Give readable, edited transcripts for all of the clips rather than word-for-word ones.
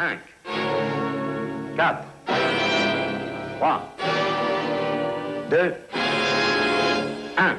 5, 4, 3, 2, 1.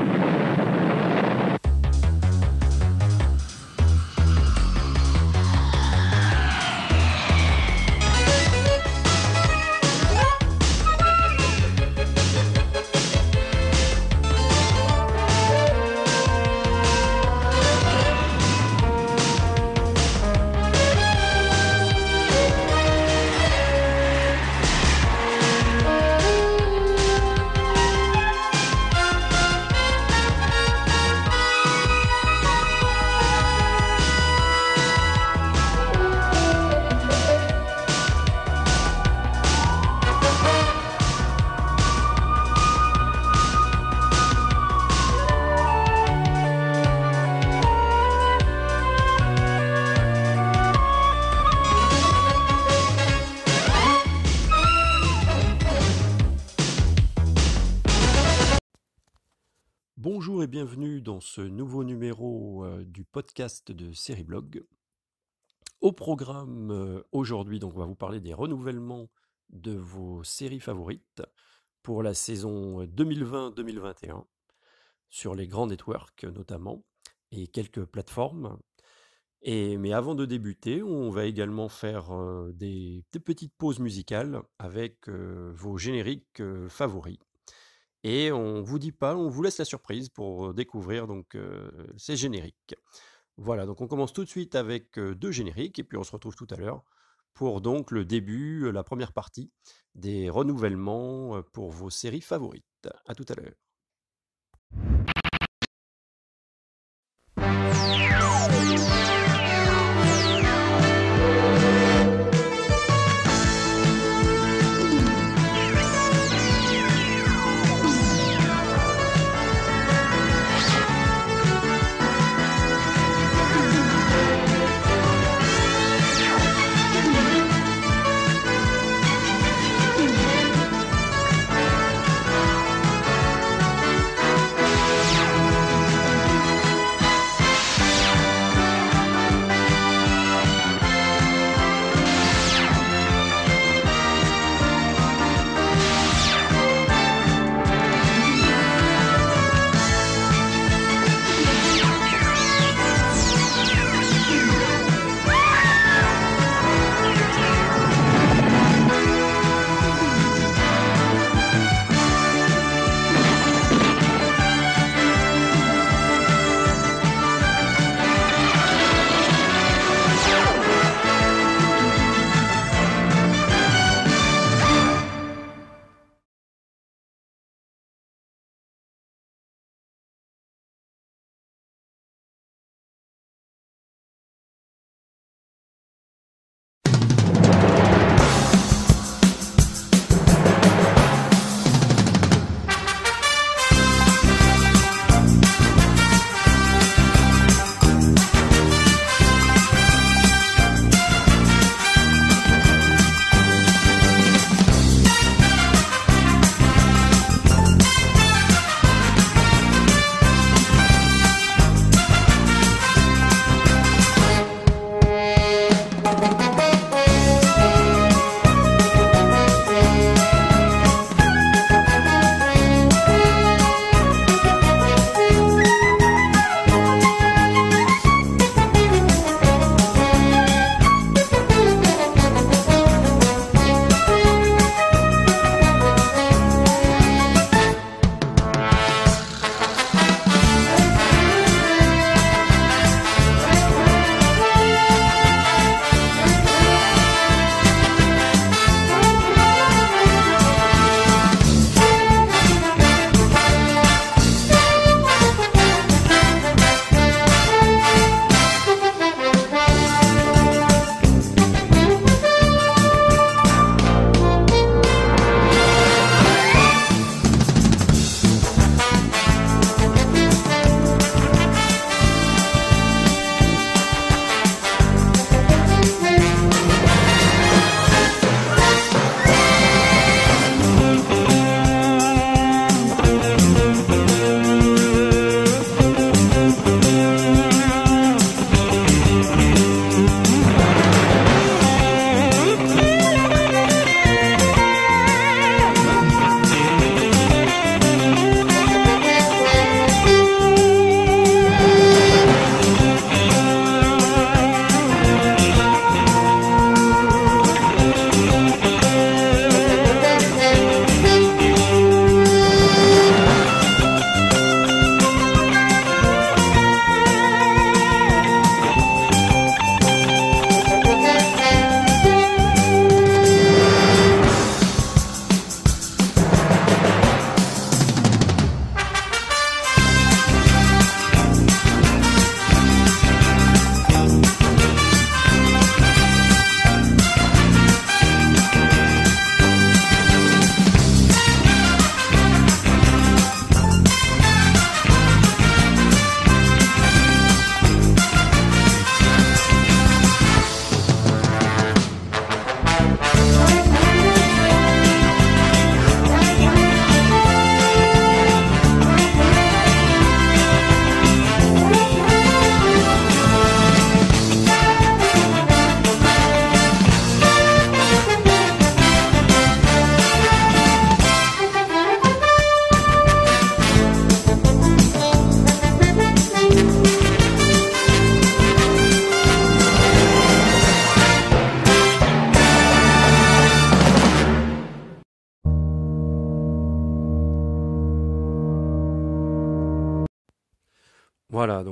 Bonjour et bienvenue dans ce nouveau numéro du podcast de Sérieblog. Au programme aujourd'hui, donc on va vous parler des renouvellements de vos séries favorites pour la saison 2020-2021 sur les grands networks notamment et quelques plateformes. Mais avant de débuter, on va également faire des petites pauses musicales avec vos génériques favoris. Et on vous dit pas, on vous laisse la surprise pour découvrir donc ces génériques. Voilà, donc on commence tout de suite avec 2 génériques et puis on se retrouve tout à l'heure pour donc le début, la première partie des renouvellements pour vos séries favorites. À tout à l'heure.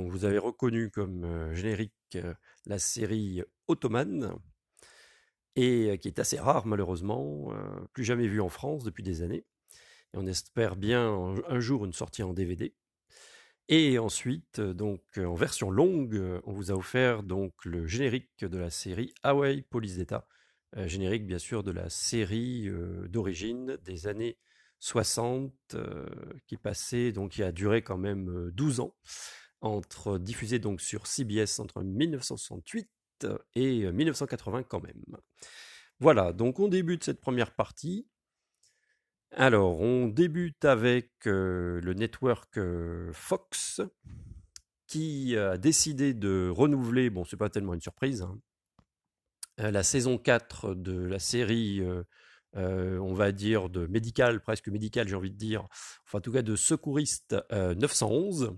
vous avez reconnu comme générique la série Ottoman, et qui est assez rare malheureusement, plus jamais vue en France depuis des années. Et on espère bien un jour une sortie en DVD. Et ensuite, donc en version longue, on vous a offert donc le générique de la série Hawaii Police d'État, générique bien sûr de la série d'origine des années 60, qui passait, donc qui a duré quand même 12 ans, diffusé donc sur CBS entre 1968 et 1980 quand même. Voilà, donc on débute cette première partie. Alors, on débute avec le network Fox, qui a décidé de renouveler, bon, c'est pas tellement une surprise, hein, la saison 4 de la série, on va dire, de médical, presque médical, j'ai envie de dire, enfin, en tout cas, de secouriste 911.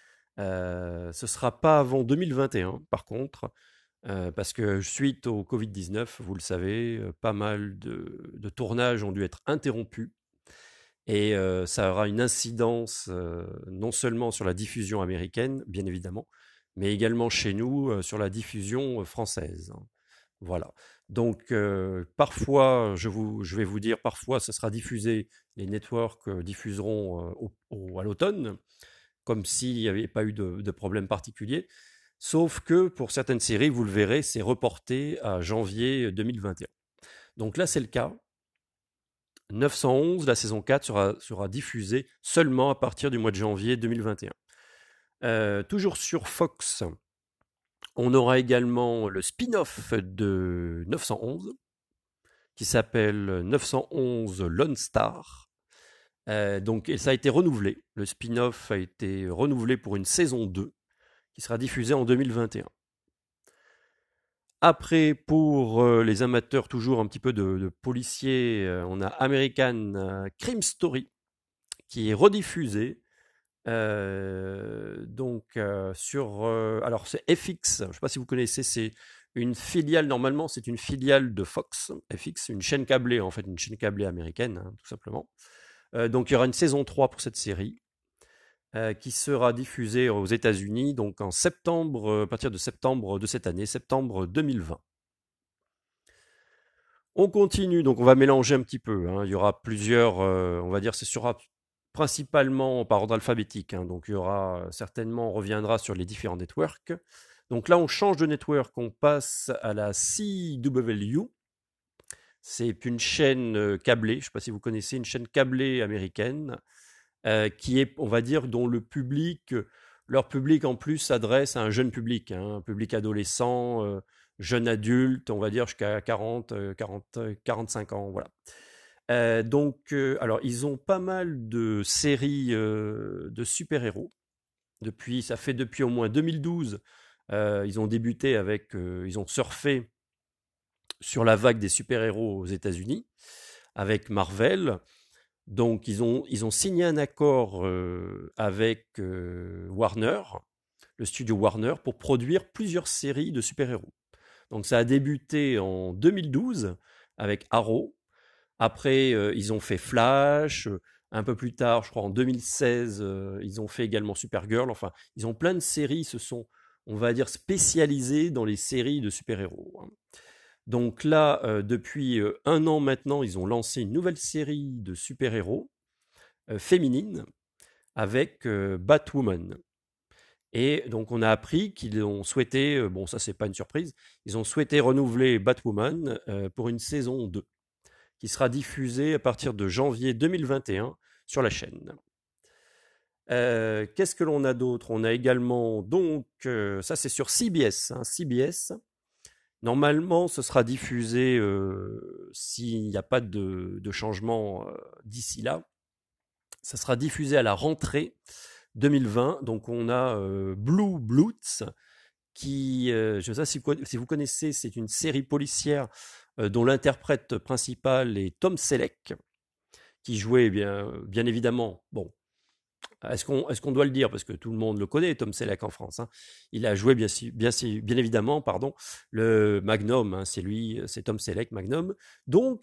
Ce sera pas avant 2021, par contre, parce que suite au Covid-19, vous le savez, pas mal de tournages ont dû être interrompus. Et ça aura une incidence non seulement sur la diffusion américaine, bien évidemment, mais également chez nous sur la diffusion française. Voilà. Donc parfois, je vais vous dire, parfois ce sera diffusé, les networks diffuseront à l'automne, comme s'il n'y avait pas eu de problème particulier. Sauf que pour certaines séries, vous le verrez, c'est reporté à janvier 2021. Donc là, c'est le cas. 911, la saison 4 sera diffusée seulement à partir du mois de janvier 2021. Toujours sur Fox, on aura également le spin-off de 911 qui s'appelle 911 Lone Star. Donc, et ça a été renouvelé. Le spin-off a été renouvelé pour une saison 2 qui sera diffusée en 2021. Après, pour les amateurs toujours un petit peu de policiers, on a American Crime Story qui est rediffusé. Donc sur alors c'est FX, je ne sais pas si vous connaissez, c'est une filiale, normalement c'est une filiale de Fox. FX, une chaîne câblée, en fait une chaîne câblée américaine, hein, tout simplement. Donc il y aura une saison 3 pour cette série qui sera diffusée aux États-Unis donc en septembre, à partir de septembre de cette année, septembre 2020. On continue, donc on va mélanger un petit peu, hein. Il y aura plusieurs, on va dire, ce sera principalement par ordre alphabétique, hein. Donc il y aura certainement, on reviendra sur les différents networks. Donc là, on change de network, on passe à la CW. C'est une chaîne câblée, je ne sais pas si vous connaissez, une chaîne câblée américaine qui est, on va dire, dont leur public en plus s'adresse à un jeune public, hein, un public adolescent, jeune adulte, on va dire jusqu'à 45 ans, voilà. Donc, alors, ils ont pas mal de séries de super-héros. Ça fait depuis au moins 2012. Ils ont débuté ils ont surfé sur la vague des super-héros aux États-Unis avec Marvel. Donc, ils ont signé un accord avec Warner, le studio Warner, pour produire plusieurs séries de super-héros. Donc, ça a débuté en 2012 avec Arrow. Après, ils ont fait Flash. Un peu plus tard, je crois en 2016, ils ont fait également Supergirl. Enfin, ils ont plein de séries, se sont, on va dire, spécialisés dans les séries de super-héros, hein. Donc là, depuis un an maintenant, ils ont lancé une nouvelle série de super-héros féminine avec Batwoman. Et donc on a appris qu'ils ont souhaité, bon ça c'est pas une surprise, ils ont souhaité renouveler Batwoman pour une saison 2 qui sera diffusée à partir de janvier 2021 sur la chaîne. Qu'est-ce que l'on a d'autre? On a également, donc, ça c'est sur CBS, hein, CBS. Normalement, ce sera diffusé s'il n'y a pas de changement d'ici là. Ça sera diffusé à la rentrée 2020. Donc, on a Blue Bloods, qui, je ne sais pas si vous connaissez, c'est une série policière dont l'interprète principal est Tom Selleck, qui jouait bien évidemment, bon, est-ce qu'on doit le dire? Parce que tout le monde le connaît, Tom Selleck en France, hein. Il a joué bien évidemment, pardon, le Magnum, hein, c'est Tom Selleck, Magnum. Donc,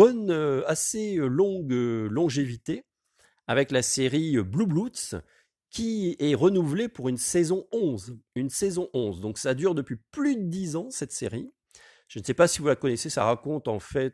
assez longue longévité avec la série Blue Bloods, qui est renouvelée pour une saison 11. Une saison 11. Donc ça dure depuis plus de 10 ans, cette série. Je ne sais pas si vous la connaissez, ça raconte en fait,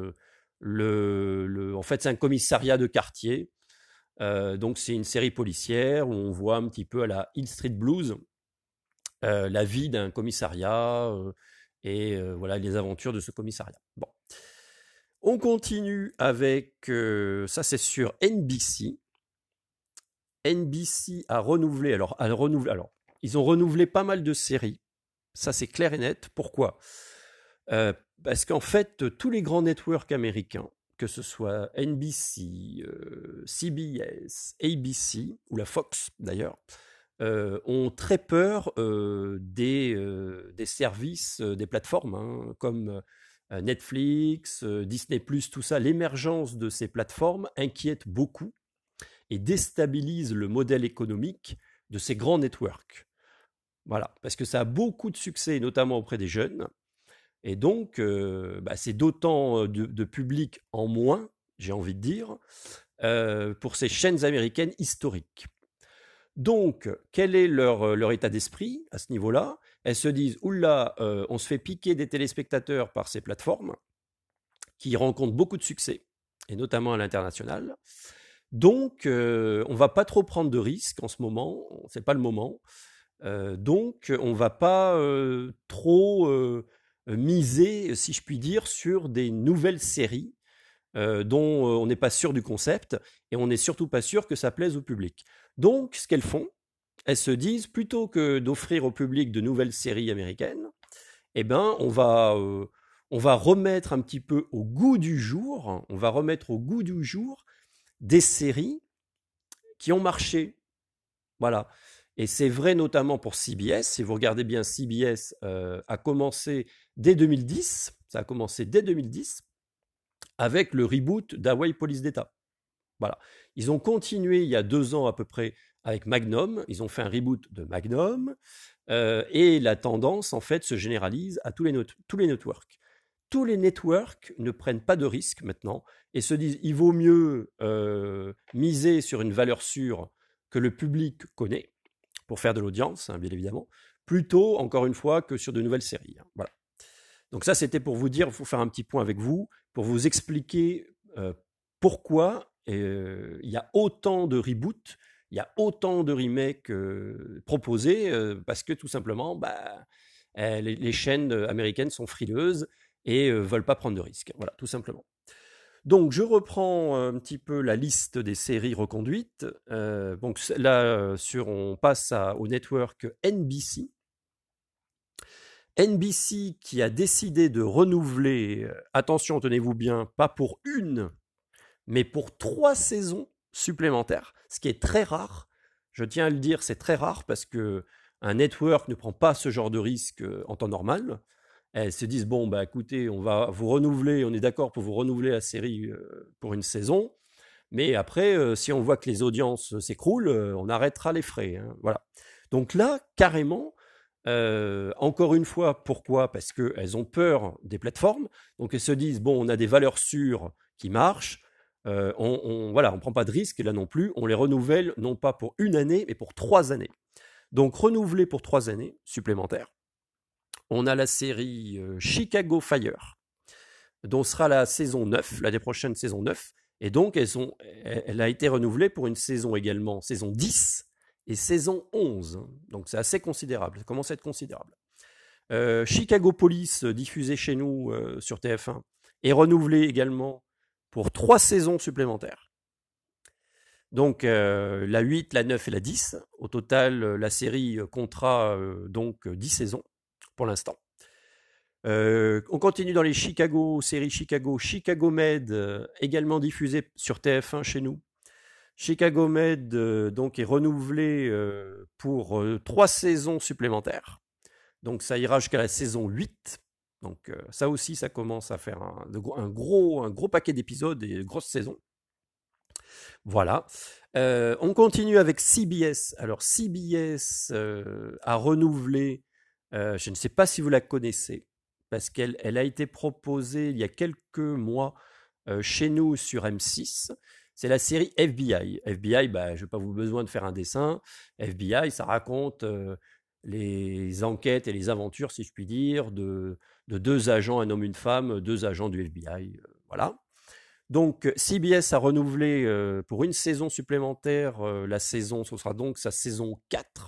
en fait c'est un commissariat de quartier. Donc c'est une série policière où on voit un petit peu à la Hill Street Blues la vie d'un commissariat et voilà les aventures de ce commissariat. Bon. On continue avec, ça c'est sur NBC. NBC a renouvelé, alors ils ont renouvelé pas mal de séries, ça c'est clair et net. Pourquoi ? Parce qu'en fait, tous les grands networks américains, que ce soit NBC, CBS, ABC, ou la Fox d'ailleurs, ont très peur des services, des plateformes, comme Netflix, Disney+, tout ça. L'émergence de ces plateformes inquiète beaucoup et déstabilise le modèle économique de ces grands networks. Voilà, parce que ça a beaucoup de succès, notamment auprès des jeunes. Et donc, c'est d'autant de public en moins, j'ai envie de dire, pour ces chaînes américaines historiques. Donc, quel est leur état d'esprit à ce niveau-là ? Elles se disent, oula, on se fait piquer des téléspectateurs par ces plateformes qui rencontrent beaucoup de succès, et notamment à l'international. Donc, on ne va pas trop prendre de risques en ce moment, ce n'est pas le moment. Donc, on ne va pas trop miser, si je puis dire, sur des nouvelles séries dont on n'est pas sûr du concept et on n'est surtout pas sûr que ça plaise au public. Donc, ce qu'elles font, elles se disent, plutôt que d'offrir au public de nouvelles séries américaines, eh ben, on va remettre un petit peu au goût du jour, des séries qui ont marché. Voilà. Et c'est vrai notamment pour CBS. Si vous regardez bien, CBS a commencé dès 2010. Ça a commencé dès 2010 avec le reboot d'Hawaii Police d'État. Voilà. Ils ont continué il y a 2 ans à peu près avec Magnum. Ils ont fait un reboot de Magnum. Et la tendance, en fait, se généralise à tous les networks. Tous les networks ne prennent pas de risques maintenant et se disent il vaut mieux miser sur une valeur sûre que le public connaît pour faire de l'audience, bien évidemment, plutôt, encore une fois, que sur de nouvelles séries. Voilà. Donc ça, c'était pour vous dire, il faut faire un petit point avec vous, pour vous expliquer pourquoi il y a autant de reboots, il y a autant de remakes proposés, parce que tout simplement, les chaînes américaines sont frileuses et veulent pas prendre de risques. Voilà, tout simplement. Donc, je reprends un petit peu la liste des séries reconduites. Donc là, on passe au network NBC. NBC qui a décidé de renouveler, attention, tenez-vous bien, pas pour une, mais pour 3 saisons supplémentaires, ce qui est très rare. Je tiens à le dire, c'est très rare parce qu'un network ne prend pas ce genre de risque en temps normal. Elles se disent, bon, écoutez, on va vous renouveler, on est d'accord pour vous renouveler la série pour une saison, mais après, si on voit que les audiences s'écroulent, on arrêtera les frais. Voilà. Donc là, carrément, encore une fois, pourquoi ? Parce qu'elles ont peur des plateformes, donc elles se disent, bon, on a des valeurs sûres qui marchent, on ne prend pas de risque là non plus, on les renouvelle non pas pour 1 année, mais pour 3 années. Donc renouvelé pour 3 années supplémentaires. On a la série Chicago Fire, dont sera la saison 9, l'année prochaine saison 9. Et donc, elle a été renouvelée pour une saison également, saison 10 et saison 11. Donc, c'est assez considérable, ça commence à être considérable. Chicago Police, diffusée chez nous sur TF1, est renouvelée également pour 3 saisons supplémentaires. Donc, la 8, la 9 et la 10. Au total, la série comptera donc 10 saisons pour l'instant. On continue dans les séries Chicago Med, également diffusée sur TF1 chez nous. Chicago Med donc est renouvelé pour 3 saisons supplémentaires. Donc ça ira jusqu'à la saison 8. Donc ça aussi, ça commence à faire un gros paquet d'épisodes et de grosses saisons. Voilà. On continue avec CBS. Alors CBS a renouvelé, je ne sais pas si vous la connaissez, parce qu'elle a été proposée il y a quelques mois chez nous sur M6. c'est la série FBI. FBI, bah, je n'ai pas besoin de faire un dessin. FBI, ça raconte les enquêtes et les aventures, si je puis dire, de 2 agents, un homme, une femme, 2 agents du FBI. Voilà. Donc CBS a renouvelé pour une saison supplémentaire la saison, ce sera donc sa saison 4.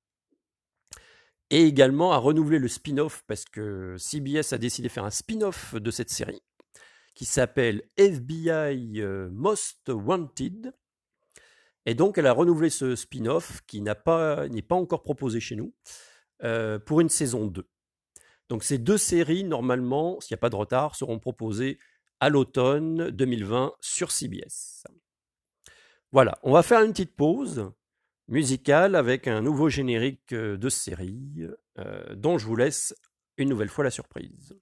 Et également a renouvelé le spin-off parce que CBS a décidé de faire un spin-off de cette série qui s'appelle FBI Most Wanted. Et donc elle a renouvelé ce spin-off qui n'est pas encore proposé chez nous pour une saison 2. Donc ces 2 séries, normalement, s'il n'y a pas de retard, seront proposées à l'automne 2020 sur CBS. Voilà, on va faire une petite pause musicale avec un nouveau générique de série dont je vous laisse une nouvelle fois la surprise.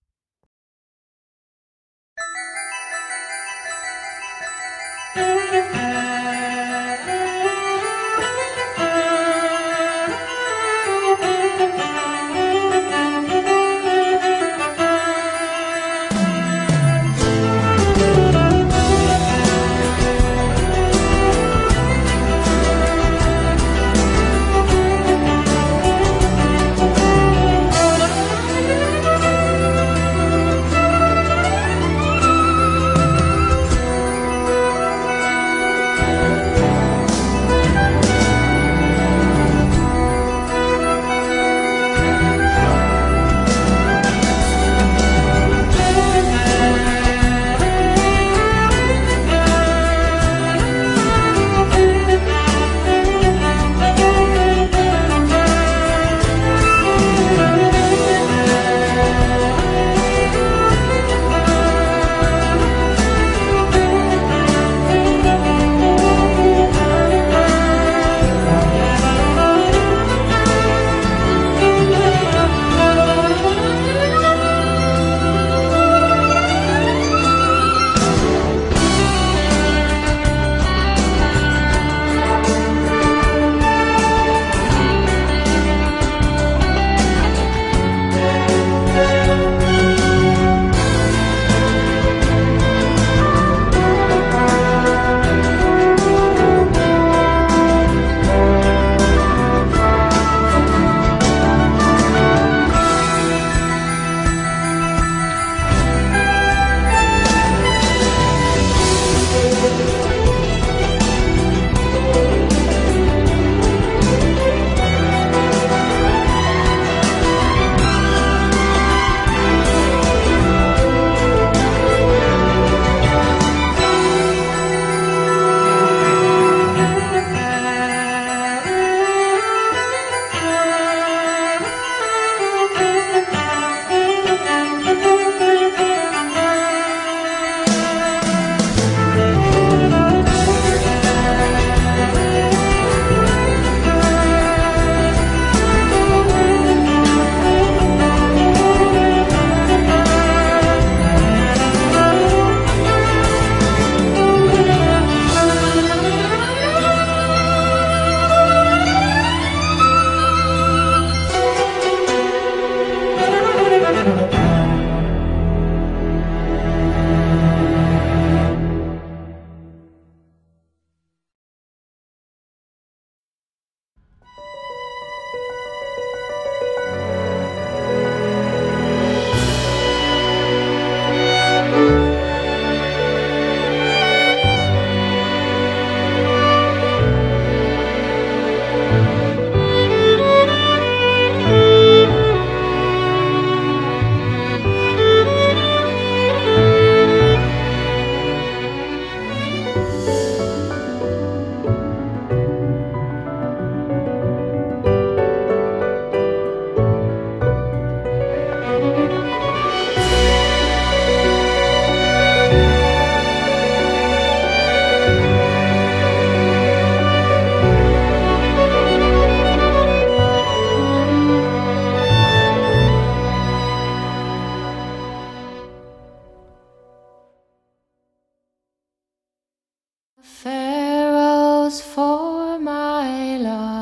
Pharaohs for my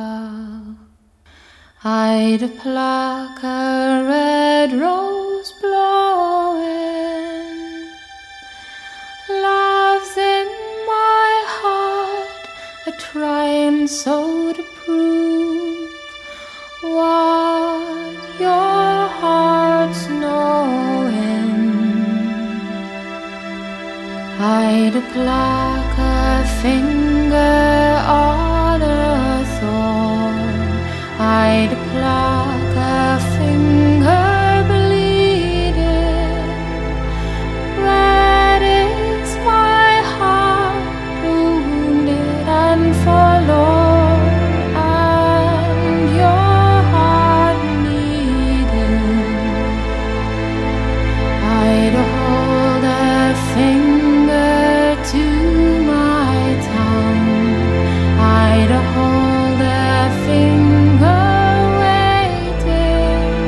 love, I'd pluck a red rose blowing. Love's in my and so to prove what your heart's knowing, I'd pluck a finger on a thorn, I'd pluck a finger bleeding. Red is my heart, wounded and forlorn, and your heart needing. I'd hold a finger to my tongue, I'd hold a finger waiting.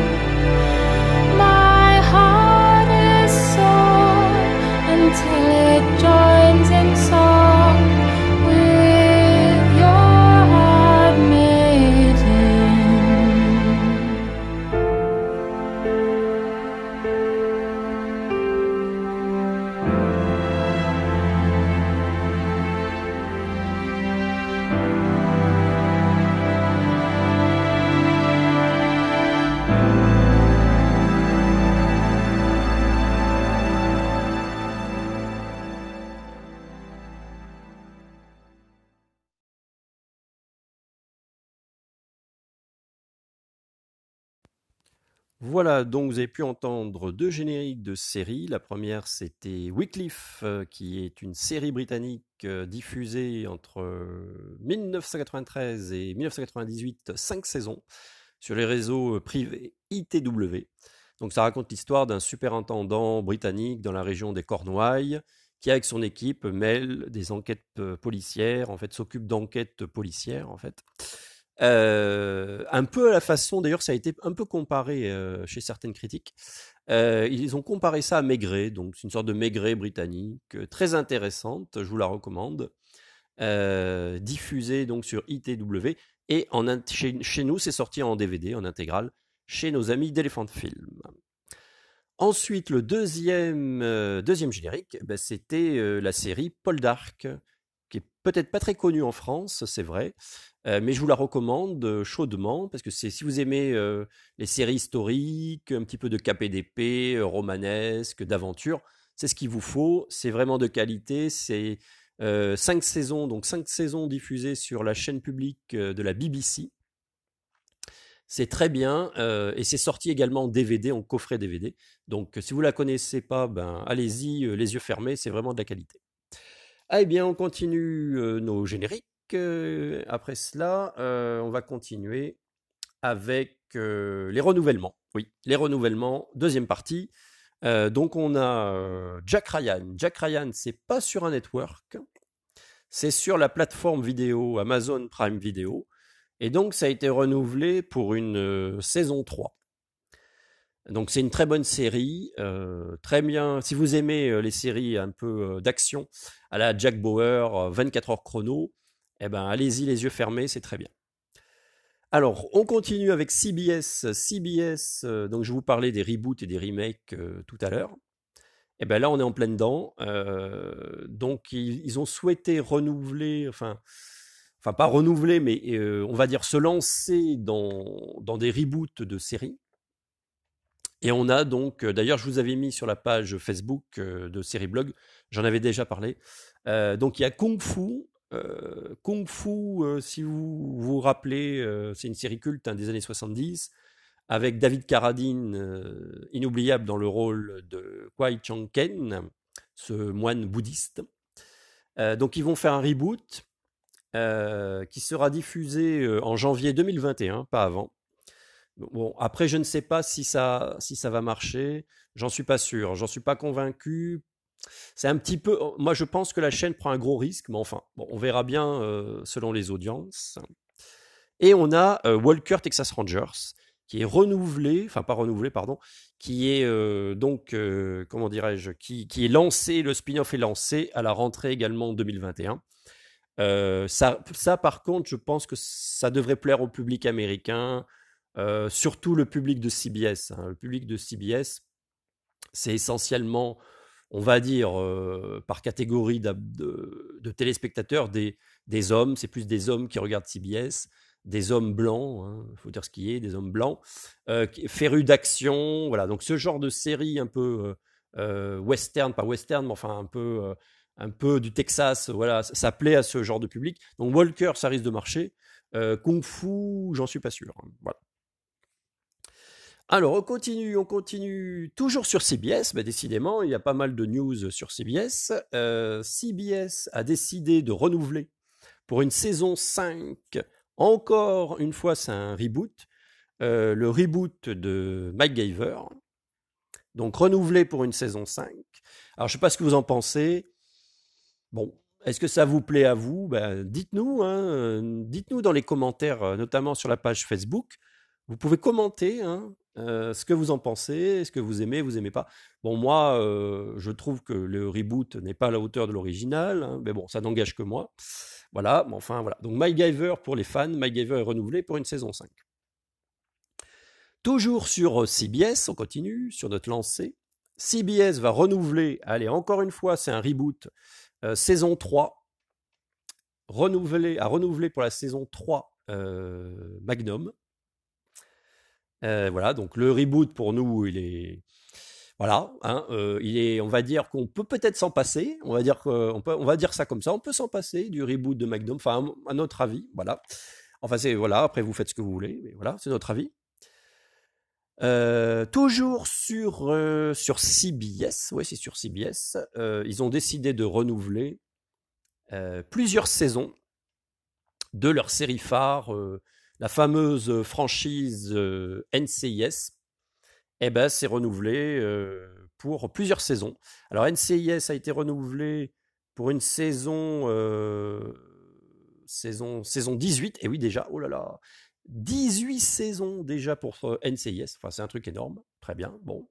My heart is sore until it joins in song with your heart mating. Voilà, donc vous avez pu entendre deux génériques de séries. La première, c'était Wycliffe, qui est une série britannique diffusée entre 1993 et 1998, 5 saisons, sur les réseaux privés ITW. Donc ça raconte l'histoire d'un superintendant britannique dans la région des Cornouailles, qui avec son équipe mêle des enquêtes policières, en fait s'occupe d'enquêtes policières, en fait. Un peu à la façon, d'ailleurs, ça a été un peu comparé chez certaines critiques. Ils ont comparé ça à Maigret, donc c'est une sorte de Maigret britannique, très intéressante, je vous la recommande, diffusée donc sur ITW, et chez nous, c'est sorti en DVD, en intégrale, chez nos amis d'Elephant Film. Ensuite, le deuxième générique, c'était la série Paul Dark, qui est peut-être pas très connue en France, c'est vrai, mais je vous la recommande chaudement, parce que si vous aimez les séries historiques, un petit peu de KPDP, romanesque, d'aventure, c'est ce qu'il vous faut, c'est vraiment de qualité, c'est 5 saisons, donc 5 saisons diffusées sur la chaîne publique de la BBC. C'est très bien, et c'est sorti également en DVD, en coffret DVD. Donc si vous la connaissez pas, ben allez-y, les yeux fermés, c'est vraiment de la qualité. Ah, eh bien, on continue nos génériques. Après cela, on va continuer avec les renouvellements. Oui, les renouvellements, deuxième partie. Donc on a Jack Ryan. Jack Ryan, c'est pas sur un network, c'est sur la plateforme vidéo Amazon Prime Video. Et donc ça a été renouvelé pour une saison 3. Donc c'est une très bonne série, très bien. Si vous aimez les séries un peu d'action à la Jack Bauer, 24 heures chrono, eh ben allez-y les yeux fermés, c'est très bien. Alors on continue avec CBS. CBS, donc je vous parlais des reboots et des remakes tout à l'heure. Et ben là on est en plein dedans. Donc ils ont souhaité renouveler, enfin pas renouveler, mais on va dire se lancer dans des reboots de séries. Et on a donc, d'ailleurs, je vous avais mis sur la page Facebook de Seriblog, j'en avais déjà parlé. Donc il y a Kung Fu. Kung Fu, si vous vous rappelez, c'est une série culte des années 70, avec David Carradine, inoubliable dans le rôle de Kwai Chang-ken, ce moine bouddhiste. Donc ils vont faire un reboot qui sera diffusé en janvier 2021, pas avant. Bon, après, je ne sais pas si ça va marcher. J'en suis pas sûr. J'en suis pas convaincu. C'est un petit peu. Moi, je pense que la chaîne prend un gros risque, mais enfin, bon, on verra bien selon les audiences. Et on a Walker Texas Rangers, qui est renouvelé, enfin pas renouvelé, pardon, qui est donc, comment dirais-je, qui est lancé, le spin-off est lancé à la rentrée également en 2021. Ça, par contre, je pense que ça devrait plaire au public américain. Surtout le public de CBS. Le public de CBS, c'est essentiellement on va dire, par catégorie de téléspectateurs, des hommes, c'est plus des hommes qui regardent CBS, des hommes blancs, il faut dire ce qui est, des hommes blancs, férus d'action, voilà. Donc ce genre de série un peu western, pas western, mais enfin un peu du Texas, voilà, ça plaît à ce genre de public. Donc Walker, ça risque de marcher. Kung Fu, j'en suis pas sûr. Voilà. Alors, on continue toujours sur CBS. Bah, décidément, il y a pas mal de news sur CBS. CBS a décidé de renouveler pour une saison 5. Encore une fois, c'est un reboot. Le reboot de MacGyver. Donc, renouvelé pour une saison 5. Alors, je ne sais pas ce que vous en pensez. Bon, est-ce que ça vous plaît à vous? Ben, dites-nous, dites-nous dans les commentaires, notamment sur la page Facebook. Vous pouvez commenter ce que vous en pensez, est-ce que vous aimez pas. Bon, moi, je trouve que le reboot n'est pas à la hauteur de l'original, mais bon, ça n'engage que moi. Voilà, mais enfin, voilà. Donc, MacGyver pour les fans, MacGyver est renouvelé pour une saison 5. Toujours sur CBS, on continue sur notre lancée. CBS va renouveler, allez, encore une fois, c'est un reboot, saison 3, à renouveler pour la saison 3 Magnum. Voilà, donc le reboot pour nous, il est... Voilà, il est, on va dire qu'on peut peut-être s'en passer, on va dire ça comme ça, on peut s'en passer du reboot de Magnum, enfin à notre avis, voilà. Enfin c'est, voilà, après vous faites ce que vous voulez, mais voilà, c'est notre avis. Toujours sur CBS, ouais, c'est sur CBS, ils ont décidé de renouveler plusieurs saisons de leur série phare, la fameuse franchise NCIS. Eh ben, c'est renouvelé pour plusieurs saisons. Alors NCIS a été renouvelé pour une saison 18, et oui déjà, oh là là, 18 saisons déjà pour NCIS, enfin c'est un truc énorme, très bien, bon.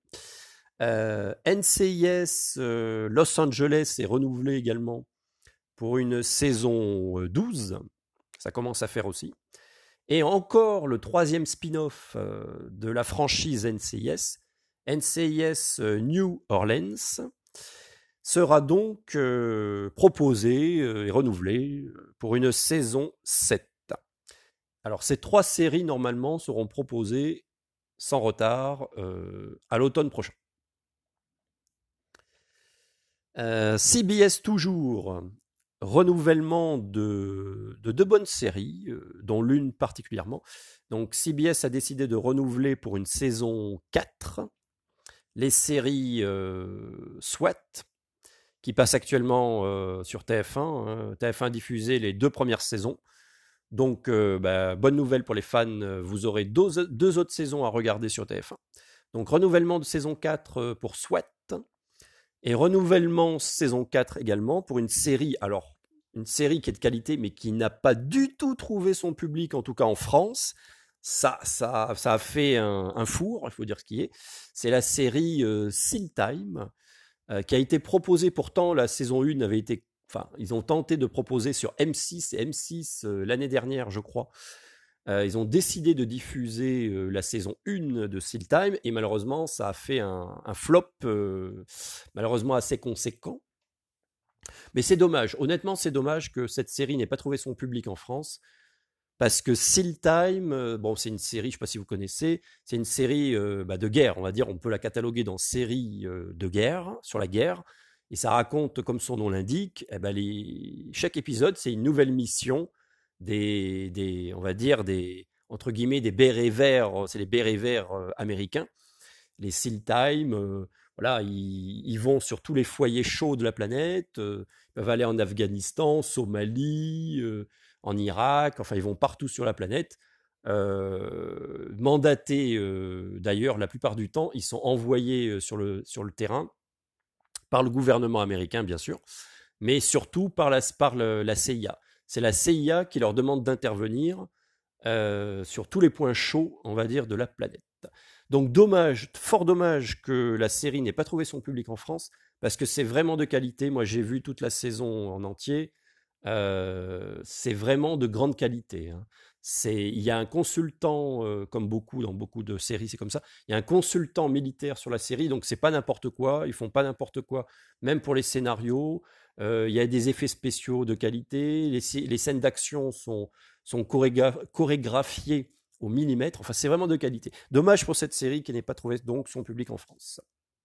NCIS Los Angeles est renouvelé également pour une saison 12, ça commence à faire aussi. Et encore le troisième spin-off de la franchise NCIS, NCIS New Orleans, sera donc proposé et renouvelé pour une saison 7. Alors ces 3 séries normalement seront proposées sans retard à l'automne prochain. CBS toujours, renouvellement de 2 bonnes séries, dont l'une particulièrement. Donc CBS a décidé de renouveler pour une saison 4 les séries SWAT, qui passent actuellement sur TF1. TF1 diffusé les 2 premières saisons. Donc, bonne nouvelle pour les fans, vous aurez 2 autres saisons à regarder sur TF1. Donc, renouvellement de saison 4 pour SWAT. Et renouvellement saison 4 également pour une série, alors une série qui est de qualité mais qui n'a pas du tout trouvé son public, en tout cas en France. Ça a fait un four, il faut dire ce qui est. C'est la série Seal Time qui a été proposée, pourtant la saison 1 avait été... Enfin, ils ont tenté de proposer sur M6 et M6 l'année dernière, je crois. Ils ont décidé de diffuser la saison 1 de Seal Time et malheureusement, ça a fait un flop malheureusement assez conséquent. Mais c'est dommage. Honnêtement, c'est dommage que cette série n'ait pas trouvé son public en France parce que Seal Time, bon, c'est une série, je ne sais pas si vous connaissez, c'est une série de guerre, on va dire. On peut la cataloguer dans série de guerre, sur la guerre. Et ça raconte, comme son nom l'indique, chaque épisode, c'est une nouvelle mission on va dire, entre guillemets, des bérets verts, c'est les bérets verts américains, les Seal Time, voilà, ils vont sur tous les foyers chauds de la planète, ils peuvent aller en Afghanistan, Somalie, en Irak, enfin, ils vont partout sur la planète, mandatés, d'ailleurs, la plupart du temps, ils sont envoyés sur le terrain, par le gouvernement américain, bien sûr, mais surtout par la CIA. C'est la CIA qui leur demande d'intervenir sur tous les points chauds, on va dire, de la planète. Donc dommage, fort dommage que la série n'ait pas trouvé son public en France, parce que c'est vraiment de qualité. Moi, j'ai vu toute la saison en entier. C'est vraiment de grande qualité. Il y a un consultant, comme dans beaucoup de séries, c'est comme ça. Il y a un consultant militaire sur la série, donc c'est pas n'importe quoi. Ils font pas n'importe quoi, même pour les scénarios. Il y a des effets spéciaux de qualité. Les scènes d'action sont chorégraphiées au millimètre. Enfin, c'est vraiment de qualité. Dommage pour cette série qui n'ait pas trouvé donc son public en France.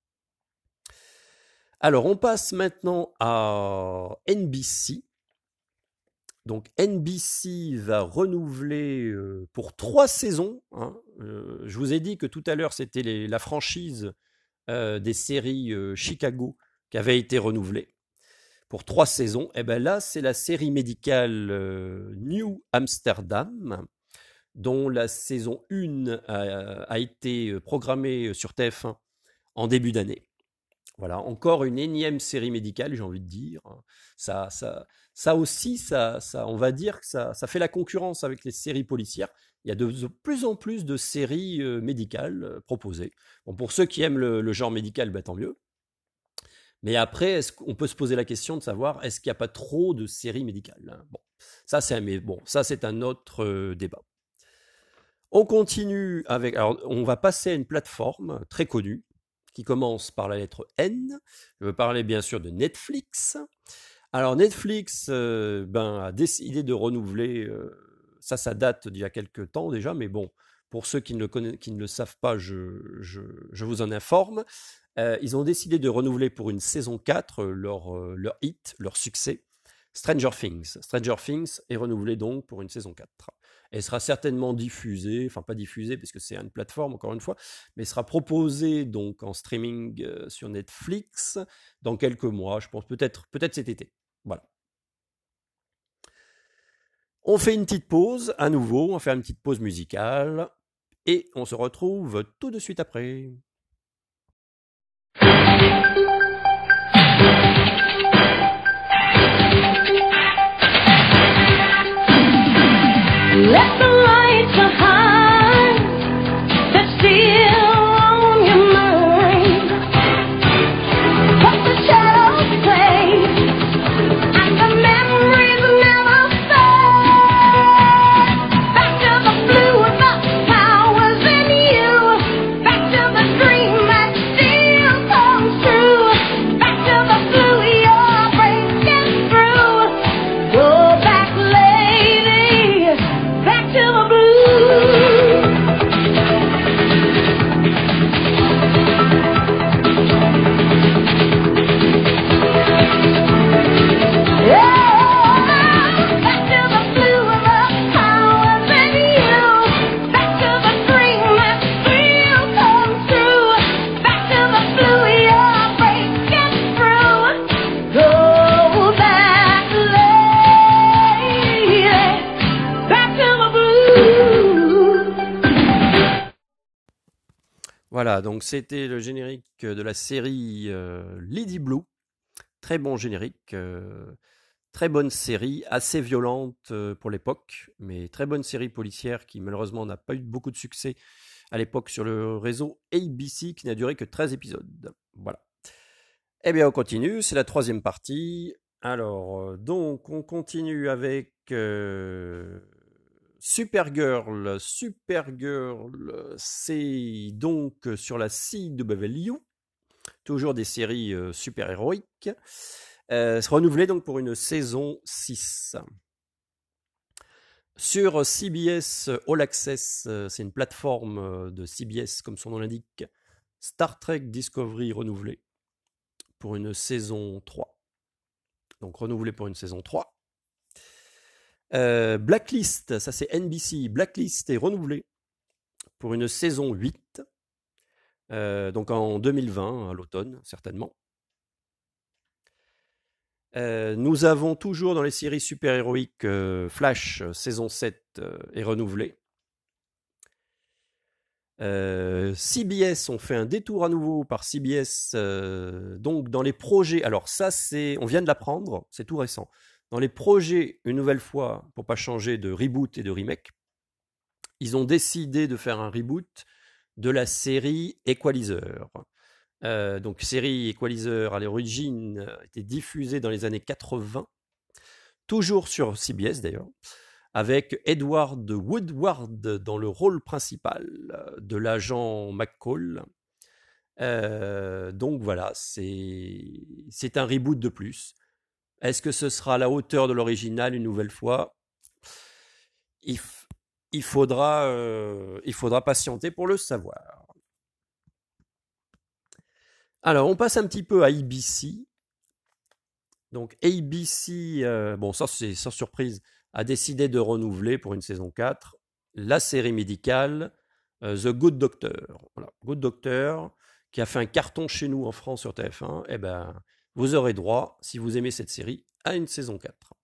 Alors, on passe maintenant à NBC. Donc NBC va renouveler pour 3 saisons. Hein. Je vous ai dit que tout à l'heure, c'était la franchise des séries Chicago qui avait été renouvelée pour 3 saisons. Et bien là, c'est la série médicale New Amsterdam, dont la saison 1 a été programmée sur TF1 en début d'année. Voilà, encore une énième série médicale, j'ai envie de dire. Ça aussi, on va dire que ça fait la concurrence avec les séries policières. Il y a de plus en plus de séries médicales proposées. Bon, pour ceux qui aiment le genre médical, ben, tant mieux. Mais après, on peut se poser la question de savoir, est-ce qu'il n'y a pas trop de séries médicales? Bon, ça c'est un autre débat. On continue avec... Alors, on va passer à une plateforme très connue, qui commence par la lettre N. Je veux parler bien sûr de Netflix. Alors Netflix a décidé de renouveler, ça date d'il y a quelques temps déjà, mais bon, pour ceux qui ne le savent pas, je vous en informe. Ils ont décidé de renouveler pour une saison 4 leur hit, leur succès, Stranger Things. Stranger Things est renouvelé donc pour une saison 4. Elle sera certainement diffusée, enfin pas diffusée parce que c'est une plateforme encore une fois, mais sera proposée donc en streaming sur Netflix dans quelques mois, je pense peut-être cet été. Voilà. On fait une petite pause à nouveau, on va faire une petite pause musicale et on se retrouve tout de suite après. Let the lights behind that's still on your mind. Let the shadows play and the memories never fade. Back to the blue of the powers in you. Back to the dream that still comes true. Back to the blue you're breaking through. Go back, lady. Back to the blue. Back to the blue of the powers in you. Back to the dream that still comes true. Back to the blue you're breaking through. Go back, lady. Back to the blue. Voilà, donc c'était le générique de la série Lady Blue. Très bon générique, très bonne série, assez violente pour l'époque, mais très bonne série policière qui malheureusement n'a pas eu beaucoup de succès à l'époque sur le réseau ABC qui n'a duré que 13 épisodes. Voilà. Eh bien on continue, c'est la 3e partie. Alors, donc on continue avec Supergirl. Supergirl, c'est donc sur la CW, toujours des séries super-héroïques, renouvelées donc pour une saison 6. Sur CBS All Access, c'est une plateforme de CBS, comme son nom l'indique, Star Trek Discovery renouvelée pour une saison 3. Donc renouvelée pour une saison 3. Blacklist, ça c'est NBC, Blacklist est renouvelée pour une saison 8. Donc en 2020, à l'automne, certainement. Nous avons toujours dans les séries super-héroïques Flash, saison 7 est renouvelée. CBS, on fait un détour à nouveau par CBS, donc dans les projets, alors ça on vient de l'apprendre, c'est tout récent. Dans les projets, une nouvelle fois, pour pas changer de reboot et de remake, ils ont décidé de faire un reboot de la série Equalizer. Donc série Equalizer à l'origine était diffusée dans les années 80, toujours sur CBS d'ailleurs. avec Edward Woodward dans le rôle principal de l'agent McCall. Donc voilà, c'est un reboot de plus. Est-ce que ce sera à la hauteur de l'original une nouvelle fois? Il faudra patienter pour le savoir. Alors, on passe un petit peu à ABC. Donc, ABC, bon, ça c'est sans surprise, a décidé de renouveler pour une saison 4 la série médicale The Good Doctor. Voilà, Good Doctor, qui a fait un carton chez nous en France sur TF1. Eh ben, vous aurez droit, si vous aimez cette série, à une saison 4.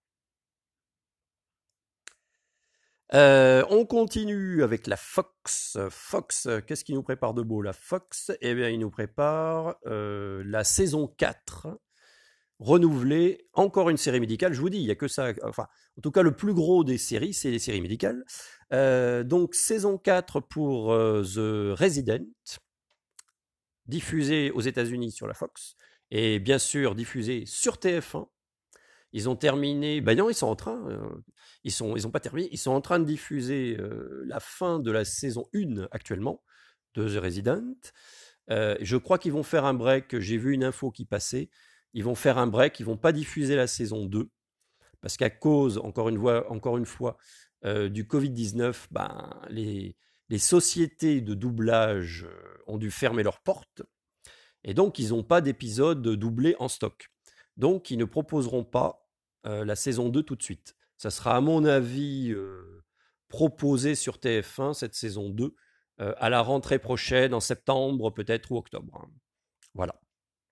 On continue avec la Fox. Fox, qu'est-ce qu'il nous prépare de beau, la Fox? Eh bien, il nous prépare la saison 4, renouvelée, encore une série médicale. Je vous dis, il n'y a que ça. Enfin, en tout cas, le plus gros des séries, c'est les séries médicales. Donc, saison 4 pour The Resident, diffusée aux États-Unis sur la Fox, et bien sûr diffusée sur TF1. Ils ont terminé, ben non, ils sont en train, ils ont pas terminé, ils sont en train de diffuser la fin de la saison 1 actuellement de The Resident. Je crois qu'ils vont faire un break, j'ai vu une info qui passait, ils vont faire un break, ils vont pas diffuser la saison 2, parce qu'à cause, encore une fois, du Covid-19, ben, les sociétés de doublage ont dû fermer leurs portes, et donc ils n'ont pas d'épisodes doublés en stock. Donc, ils ne proposeront pas la saison 2 tout de suite. Ça sera, à mon avis, proposé sur TF1, cette saison 2, à la rentrée prochaine, en septembre peut-être ou octobre. Voilà.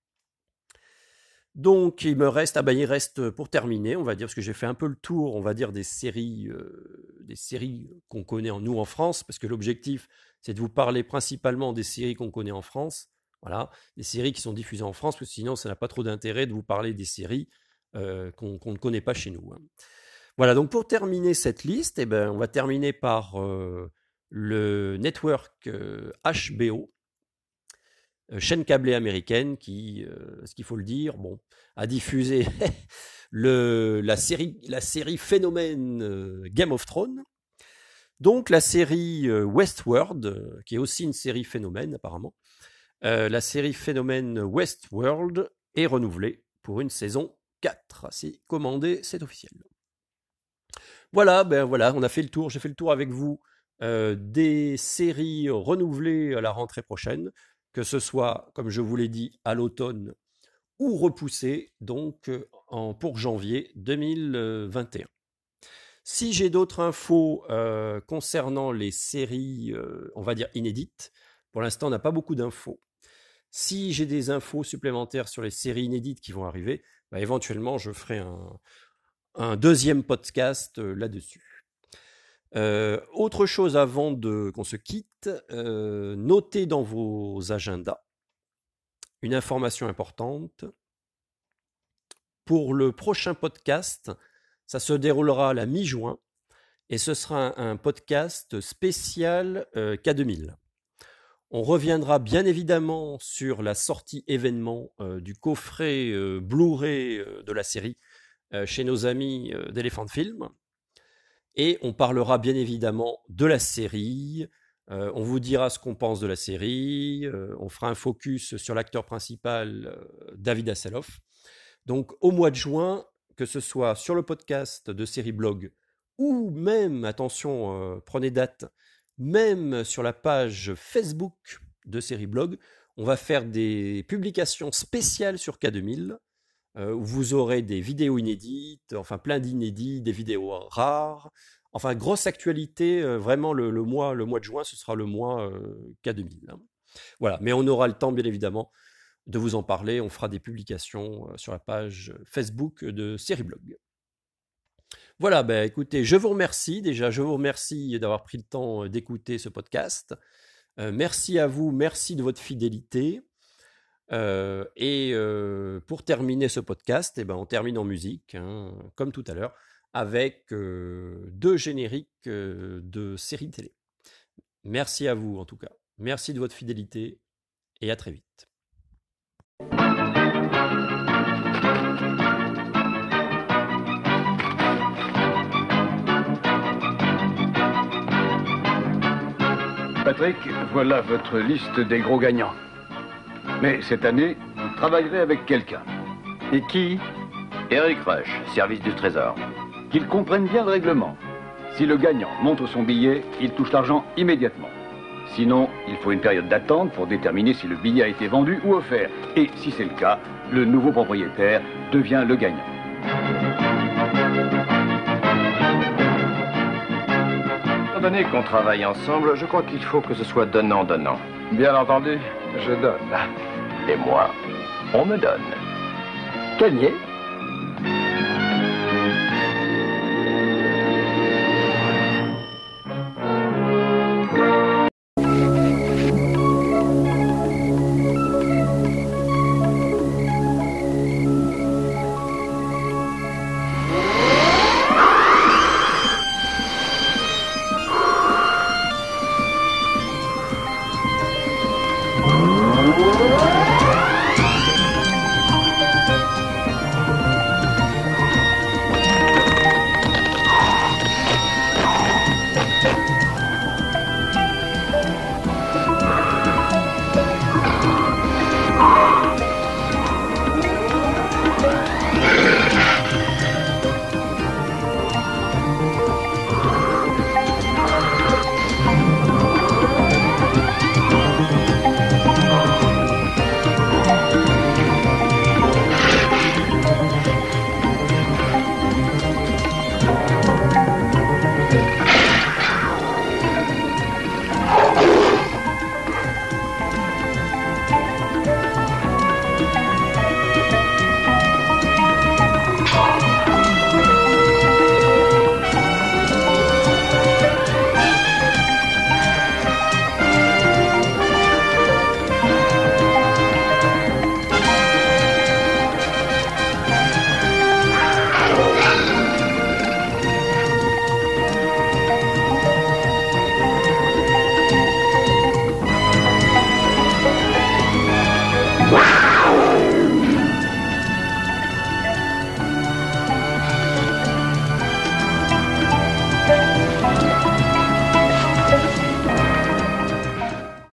Donc, il reste, pour terminer, on va dire, parce que j'ai fait un peu le tour, on va dire, des séries qu'on connaît nous en France, parce que l'objectif, c'est de vous parler principalement des séries qu'on connaît en France. Voilà, des séries qui sont diffusées en France, parce que sinon, ça n'a pas trop d'intérêt de vous parler des séries qu'on ne connaît pas chez nous. Voilà, donc pour terminer cette liste, eh ben, on va terminer par le network HBO, chaîne câblée américaine qui, ce qu'il faut le dire, bon, a diffusé la série phénomène Game of Thrones. Donc la série Westworld, qui est aussi une série phénomène apparemment. La série phénomène Westworld est renouvelée pour une saison 4. C'est commandé, c'est officiel. Voilà, ben voilà, on a fait le tour. J'ai fait le tour avec vous des séries renouvelées à la rentrée prochaine, que ce soit, comme je vous l'ai dit, à l'automne ou repoussées, donc pour janvier 2021. Si j'ai d'autres infos concernant les séries, on va dire inédites, pour l'instant, on n'a pas beaucoup d'infos. Si j'ai des infos supplémentaires sur les séries inédites qui vont arriver, bah, éventuellement, je ferai un deuxième podcast là-dessus. Autre chose avant qu'on se quitte, notez dans vos agendas une information importante. Pour le prochain podcast, ça se déroulera à la mi-juin et ce sera un podcast spécial K2000. On reviendra bien évidemment sur la sortie événement du coffret Blu-ray de la série chez nos amis d'Elephant Film. Et on parlera bien évidemment de la série, on vous dira ce qu'on pense de la série, on fera un focus sur l'acteur principal David Hasselhoff. Donc au mois de juin, que ce soit sur le podcast de Seriblog ou même, attention, prenez date, même sur la page Facebook de Seriblog, on va faire des publications spéciales sur K2000, où vous aurez des vidéos inédites, enfin plein d'inédits, des vidéos rares, enfin grosse actualité, vraiment le mois de juin, ce sera le mois K2000. Hein. Voilà, mais on aura le temps bien évidemment de vous en parler, on fera des publications sur la page Facebook de Seriblog. Voilà, ben écoutez, je vous remercie d'avoir pris le temps d'écouter ce podcast. Merci à vous, merci de votre fidélité. Et pour terminer ce podcast, eh ben, on termine en musique, hein, comme tout à l'heure, avec 2 génériques de séries télé. Merci à vous en tout cas. Merci de votre fidélité et à très vite. Patrick, voilà votre liste des gros gagnants. Mais cette année, vous travaillerez avec quelqu'un. Et qui? Eric Rush, service du Trésor. Qu'il comprenne bien le règlement. Si le gagnant montre son billet, il touche l'argent immédiatement. Sinon, il faut une période d'attente pour déterminer si le billet a été vendu ou offert. Et si c'est le cas, le nouveau propriétaire devient le gagnant. Étant donné qu'on travaille ensemble, je crois qu'il faut que ce soit donnant-donnant. Bien entendu, je donne. Et moi, on me donne. Gagné.